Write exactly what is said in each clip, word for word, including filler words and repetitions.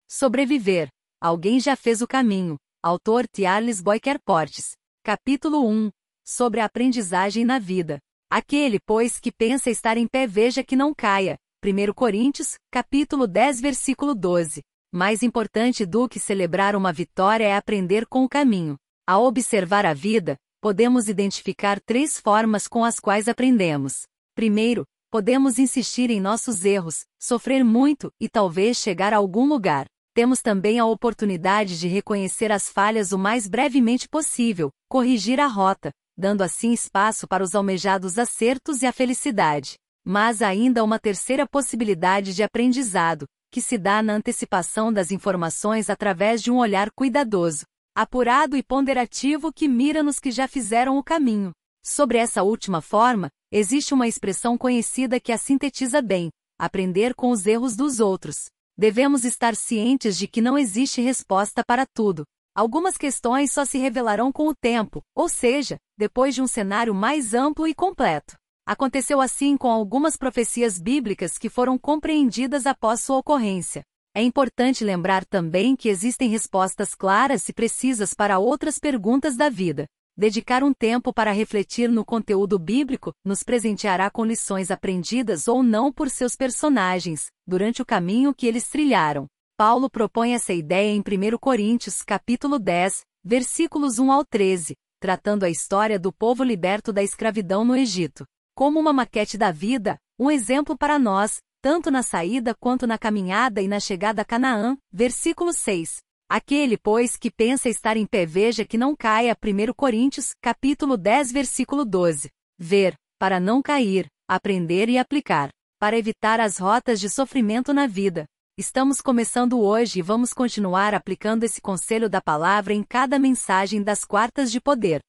Sobreviver. Alguém já fez o caminho. Autor Charles Boyker Portes. Capítulo um. Sobre a aprendizagem na vida. Aquele, pois, que pensa estar em pé veja que não caia. primeiro Coríntios, capítulo dez, versículo doze. Mais importante do que celebrar uma vitória é aprender com o caminho. Ao observar a vida, podemos identificar três formas com as quais aprendemos. Primeiro, podemos insistir em nossos erros, sofrer muito e talvez chegar a algum lugar. Temos também a oportunidade de reconhecer as falhas o mais brevemente possível, corrigir a rota, dando assim espaço para os almejados acertos e a felicidade. Mas há ainda uma terceira possibilidade de aprendizado, que se dá na antecipação das informações através de um olhar cuidadoso, apurado e ponderativo que mira nos que já fizeram o caminho. Sobre essa última forma, existe uma expressão conhecida que a sintetiza bem: aprender com os erros dos outros. Devemos estar cientes de que não existe resposta para tudo. Algumas questões só se revelarão com o tempo, ou seja, depois de um cenário mais amplo e completo. Aconteceu assim com algumas profecias bíblicas que foram compreendidas após sua ocorrência. É importante lembrar também que existem respostas claras e precisas para outras perguntas da vida. Dedicar um tempo para refletir no conteúdo bíblico nos presenteará com lições aprendidas ou não por seus personagens, durante o caminho que eles trilharam. Paulo propõe essa ideia em primeiro Coríntios, capítulo dez, versículos um ao treze, tratando a história do povo liberto da escravidão no Egito. Como uma maquete da vida, um exemplo para nós, tanto na saída quanto na caminhada e na chegada a Canaã, versículo seis. Aquele, pois, que pensa estar em pé veja que não caia. primeiro Coríntios, capítulo dez, versículo doze. Ver, para não cair, aprender e aplicar, para evitar as rotas de sofrimento na vida. Estamos começando hoje e vamos continuar aplicando esse conselho da palavra em cada mensagem das quartas de poder.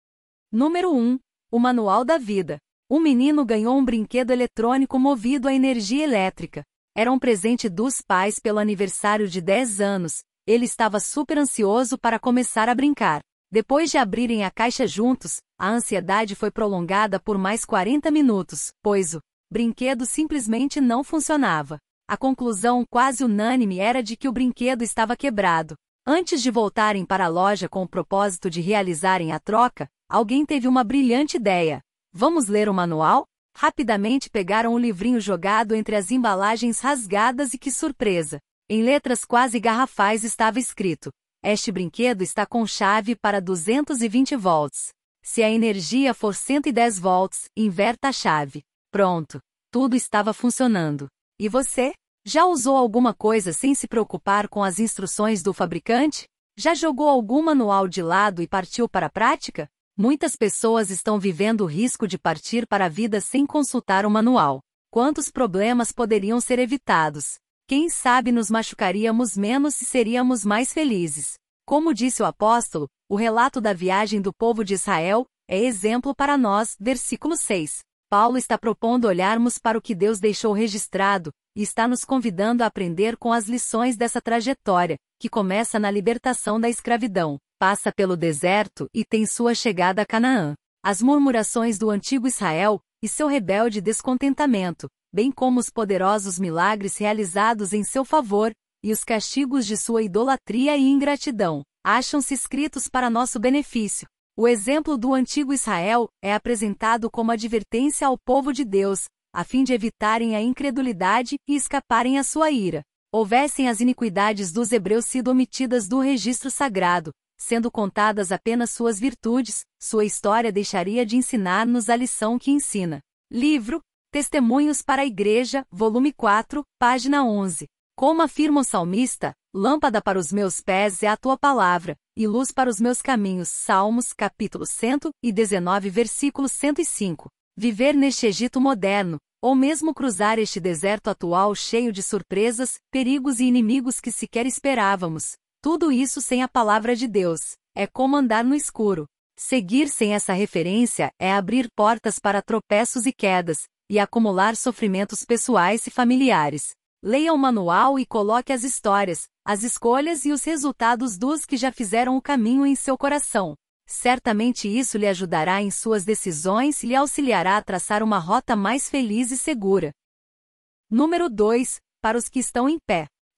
Número um. O Manual da Vida. Um menino ganhou um brinquedo eletrônico movido a energia elétrica. Era um presente dos pais pelo aniversário de dez anos. Ele estava super ansioso para começar a brincar. Depois de abrirem a caixa juntos, a ansiedade foi prolongada por mais quarenta minutos, pois o brinquedo simplesmente não funcionava. A conclusão quase unânime era de que o brinquedo estava quebrado. Antes de voltarem para a loja com o propósito de realizarem a troca, alguém teve uma brilhante ideia. Vamos ler o manual? Rapidamente pegaram o livrinho jogado entre as embalagens rasgadas e que surpresa! Em letras quase garrafais estava escrito: este brinquedo está com chave para duzentos e vinte volts. Se a energia for cento e dez volts, inverta a chave. Pronto. Tudo estava funcionando. E você? Já usou alguma coisa sem se preocupar com as instruções do fabricante? Já jogou algum manual de lado e partiu para a prática? Muitas pessoas estão vivendo o risco de partir para a vida sem consultar o manual. Quantos problemas poderiam ser evitados? Quem sabe nos machucaríamos menos e seríamos mais felizes. Como disse o apóstolo, o relato da viagem do povo de Israel é exemplo para nós, versículo seis. Paulo está propondo olharmos para o que Deus deixou registrado, e está nos convidando a aprender com as lições dessa trajetória, que começa na libertação da escravidão, passa pelo deserto e tem sua chegada a Canaã. As murmurações do antigo Israel e seu rebelde descontentamento, bem como os poderosos milagres realizados em seu favor, e os castigos de sua idolatria e ingratidão, acham-se escritos para nosso benefício. O exemplo do antigo Israel é apresentado como advertência ao povo de Deus, a fim de evitarem a incredulidade e escaparem à sua ira. Houvessem as iniquidades dos hebreus sido omitidas do registro sagrado, sendo contadas apenas suas virtudes, sua história deixaria de ensinar-nos a lição que ensina. Livro Testemunhos para a Igreja, volume quatro, página onze. Como afirma o salmista, lâmpada para os meus pés é a tua palavra, e luz para os meus caminhos. Salmos, capítulo cento e dezenove, versículo cento e cinco. Viver neste Egito moderno, ou mesmo cruzar este deserto atual cheio de surpresas, perigos e inimigos que sequer esperávamos. Tudo isso sem a palavra de Deus. É como andar no escuro. Seguir sem essa referência é abrir portas para tropeços e quedas, e acumular sofrimentos pessoais e familiares. Leia o manual e coloque as histórias, as escolhas e os resultados dos que já fizeram o caminho em seu coração. Certamente isso lhe ajudará em suas decisões e lhe auxiliará a traçar uma rota mais feliz e segura. Número dois. Para os que estão em pé.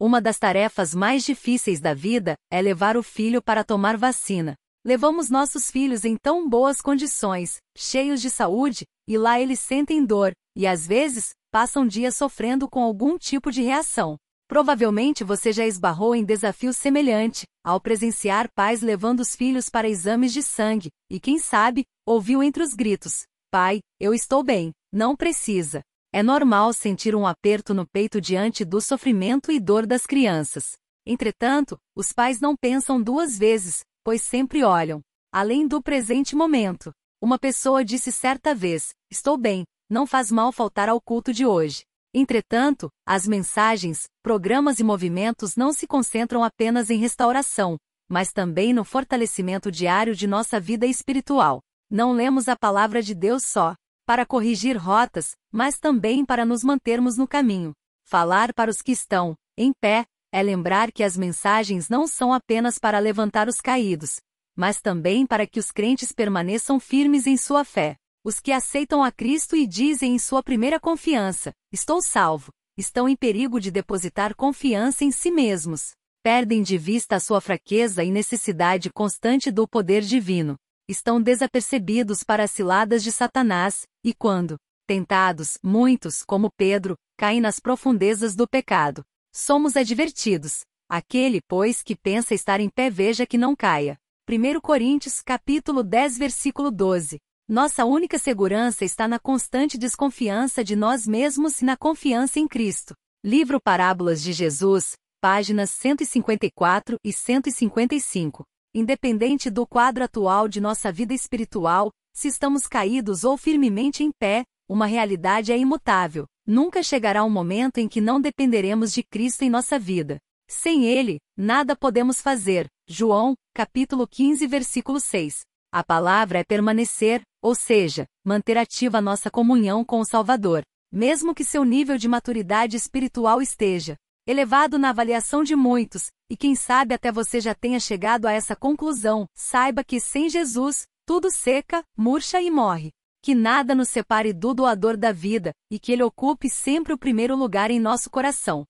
Uma das tarefas mais difíceis da vida é levar o filho para tomar vacina. Levamos nossos filhos em tão boas condições, cheios de saúde, e lá eles sentem dor, e às vezes, passam dias sofrendo com algum tipo de reação. Provavelmente você já esbarrou em desafio semelhante, ao presenciar pais levando os filhos para exames de sangue, e quem sabe, ouviu entre os gritos: "Pai, eu estou bem, não precisa." É normal sentir um aperto no peito diante do sofrimento e dor das crianças. Entretanto, os pais não pensam duas vezes, pois sempre olham além do presente momento. Uma pessoa disse certa vez: "Estou bem, não faz mal faltar ao culto de hoje." Entretanto, as mensagens, programas e movimentos não se concentram apenas em restauração, mas também no fortalecimento diário de nossa vida espiritual. Não lemos a palavra de Deus só para corrigir rotas, mas também para nos mantermos no caminho. Falar para os que estão em pé é lembrar que as mensagens não são apenas para levantar os caídos, mas também para que os crentes permaneçam firmes em sua fé. Os que aceitam a Cristo e dizem em sua primeira confiança: "Estou salvo", estão em perigo de depositar confiança em si mesmos. Perdem de vista a sua fraqueza e necessidade constante do poder divino. Estão desapercebidos para as ciladas de Satanás, e quando tentados, muitos, como Pedro, caem nas profundezas do pecado. Somos advertidos. Aquele, pois, que pensa estar em pé, veja que não caia. primeiro Coríntios, capítulo dez, versículo doze. Nossa única segurança está na constante desconfiança de nós mesmos e na confiança em Cristo. Livro Parábolas de Jesus, páginas cento e cinquenta e quatro e cento e cinquenta e cinco. Independente do quadro atual de nossa vida espiritual, se estamos caídos ou firmemente em pé, uma realidade é imutável. Nunca chegará um momento em que não dependeremos de Cristo em nossa vida. Sem Ele, nada podemos fazer. João, capítulo quinze, versículo seis. A palavra é permanecer, ou seja, manter ativa a nossa comunhão com o Salvador. Mesmo que seu nível de maturidade espiritual esteja elevado na avaliação de muitos, e quem sabe até você já tenha chegado a essa conclusão, saiba que sem Jesus, tudo seca, murcha e morre. Que nada nos separe do doador da vida, e que Ele ocupe sempre o primeiro lugar em nosso coração.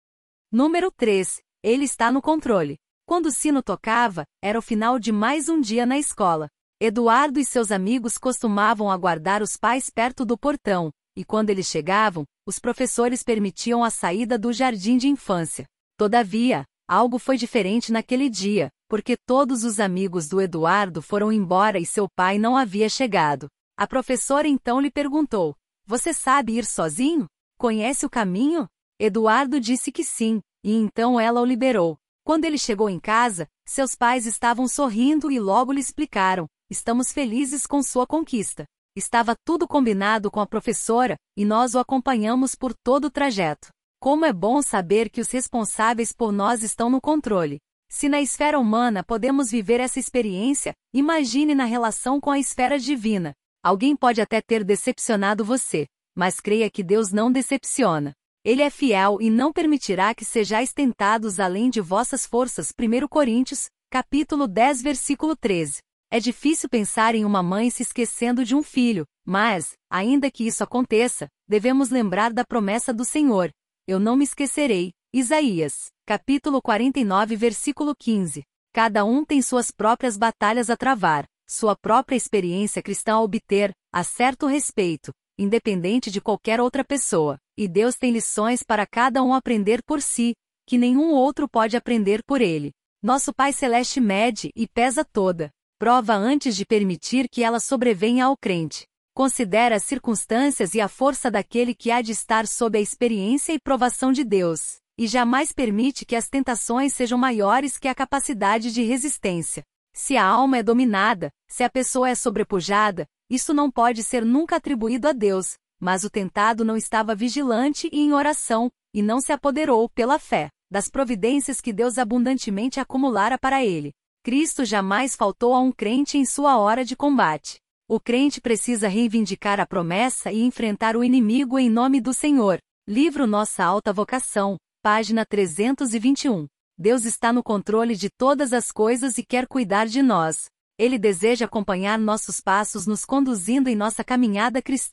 Número três. Ele está no controle. Quando o sino tocava, era o final de mais um dia na escola. Eduardo e seus amigos costumavam aguardar os pais perto do portão, e quando eles chegavam, os professores permitiam a saída do jardim de infância. Todavia, algo foi diferente naquele dia, porque todos os amigos do Eduardo foram embora e seu pai não havia chegado. A professora então lhe perguntou: "Você sabe ir sozinho? Conhece o caminho?" Eduardo disse que sim, e então ela o liberou. Quando ele chegou em casa, seus pais estavam sorrindo e logo lhe explicaram: "Estamos felizes com sua conquista." Estava tudo combinado com a professora, e nós o acompanhamos por todo o trajeto. Como é bom saber que os responsáveis por nós estão no controle. Se na esfera humana podemos viver essa experiência, imagine na relação com a esfera divina. Alguém pode até ter decepcionado você, mas creia que Deus não decepciona. Ele é fiel e não permitirá que sejais tentados além de vossas forças. primeiro Coríntios, capítulo dez, versículo treze. É difícil pensar em uma mãe se esquecendo de um filho, mas, ainda que isso aconteça, devemos lembrar da promessa do Senhor: "Eu não me esquecerei." Isaías, capítulo quarenta e nove, versículo quinze. Cada um tem suas próprias batalhas a travar, sua própria experiência cristã a obter, a certo respeito, independente de qualquer outra pessoa. E Deus tem lições para cada um aprender por si, que nenhum outro pode aprender por ele. Nosso Pai Celeste mede e pesa toda prova antes de permitir que ela sobrevenha ao crente. Considera as circunstâncias e a força daquele que há de estar sob a experiência e provação de Deus, e jamais permite que as tentações sejam maiores que a capacidade de resistência. Se a alma é dominada, se a pessoa é sobrepujada, isso não pode ser nunca atribuído a Deus, mas o tentado não estava vigilante e em oração, e não se apoderou, pela fé, das providências que Deus abundantemente acumulara para ele. Cristo jamais faltou a um crente em sua hora de combate. O crente precisa reivindicar a promessa e enfrentar o inimigo em nome do Senhor. Livro Nossa Alta Vocação, página trezentos e vinte e um. Deus está no controle de todas as coisas e quer cuidar de nós. Ele deseja acompanhar nossos passos nos conduzindo em nossa caminhada cristã.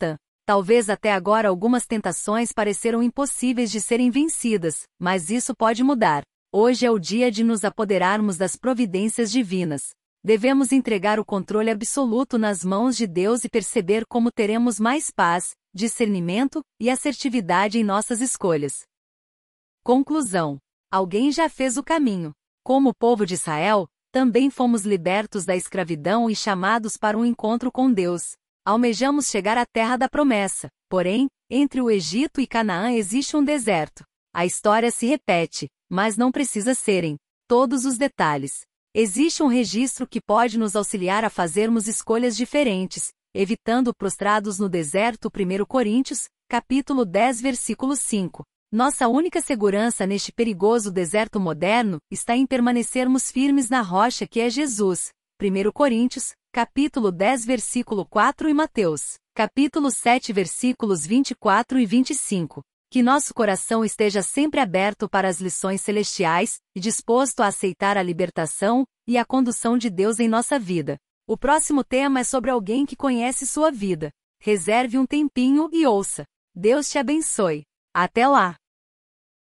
Talvez até agora algumas tentações pareceram impossíveis de serem vencidas, mas isso pode mudar. Hoje é o dia de nos apoderarmos das providências divinas. Devemos entregar o controle absoluto nas mãos de Deus e perceber como teremos mais paz, discernimento e assertividade em nossas escolhas. Conclusão. Alguém já fez o caminho. Como o povo de Israel, também fomos libertos da escravidão e chamados para um encontro com Deus. Almejamos chegar à terra da promessa, porém, entre o Egito e Canaã existe um deserto. A história se repete, mas não precisa serem todos os detalhes. Existe um registro que pode nos auxiliar a fazermos escolhas diferentes, evitando prostrados no deserto. primeiro Coríntios, capítulo dez, versículo cinco. Nossa única segurança neste perigoso deserto moderno está em permanecermos firmes na rocha que é Jesus. primeiro Coríntios, capítulo dez, versículo quatro e Mateus, capítulo sete, versículos vinte e quatro e vinte e cinco. Que nosso coração esteja sempre aberto para as lições celestiais e disposto a aceitar a libertação e a condução de Deus em nossa vida. O próximo tema é sobre alguém que conhece sua vida. Reserve um tempinho e ouça. Deus te abençoe. Até lá!